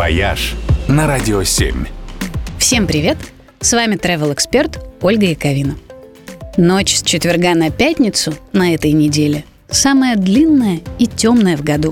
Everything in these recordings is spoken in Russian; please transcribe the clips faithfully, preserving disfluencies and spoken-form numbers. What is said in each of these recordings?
«Вояж» на Радио семь. Всем привет! С вами travel-эксперт Ольга Яковина. Ночь с четверга на пятницу на этой неделе самая длинная и темная в году.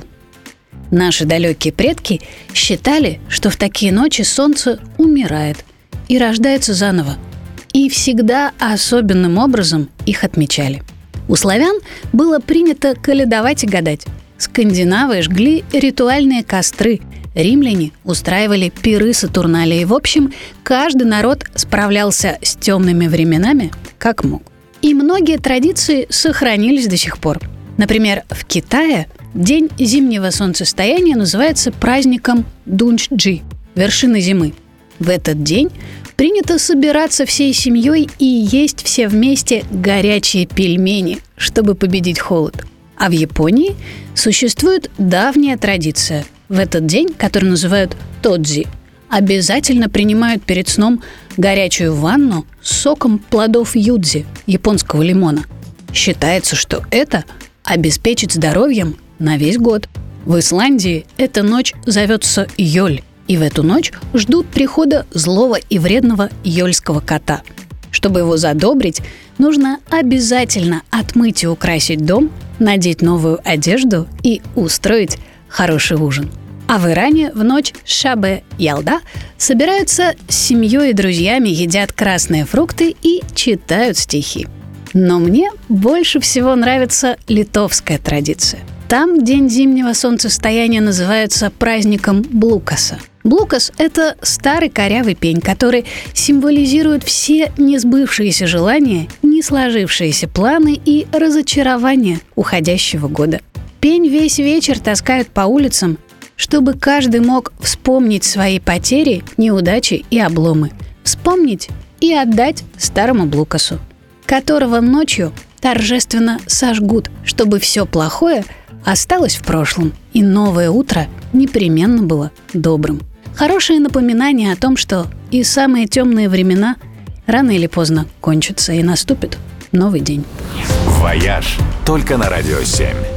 Наши далекие предки считали, что в такие ночи солнце умирает и рождается заново, и всегда особенным образом их отмечали. У славян было принято калядовать и гадать. Скандинавы жгли ритуальные костры, римляне устраивали пиры Сатурналии. В общем, каждый народ справлялся с темными временами как мог. И многие традиции сохранились до сих пор. Например, в Китае день зимнего солнцестояния называется праздником Дунчжи – вершины зимы. В этот день принято собираться всей семьей и есть все вместе горячие пельмени, чтобы победить холод. А в Японии существует давняя традиция. В этот день, который называют тодзи, обязательно принимают перед сном горячую ванну с соком плодов юдзи, японского лимона. Считается, что это обеспечит здоровьем на весь год. В Исландии эта ночь зовется Йоль, и в эту ночь ждут прихода злого и вредного йольского кота. Чтобы его задобрить, нужно обязательно отмыть и украсить дом, надеть новую одежду и устроить хороший ужин. А в Иране в ночь Шабе-Ялда собираются с семьей и друзьями, едят красные фрукты и читают стихи. Но мне больше всего нравится литовская традиция. Там день зимнего солнцестояния называется праздником Блукаса. Блукас – это старый корявый пень, который символизирует все несбывшиеся желания, не сложившиеся планы и разочарования уходящего года. Пень весь вечер таскают по улицам, чтобы каждый мог вспомнить свои потери, неудачи и обломы. Вспомнить и отдать старому Блукасу, которого ночью торжественно сожгут, чтобы все плохое осталось в прошлом, и новое утро непременно было добрым. Хорошее напоминание о том, что и самые темные времена рано или поздно кончатся, и наступит новый день. «Вояж» только на Радио семь.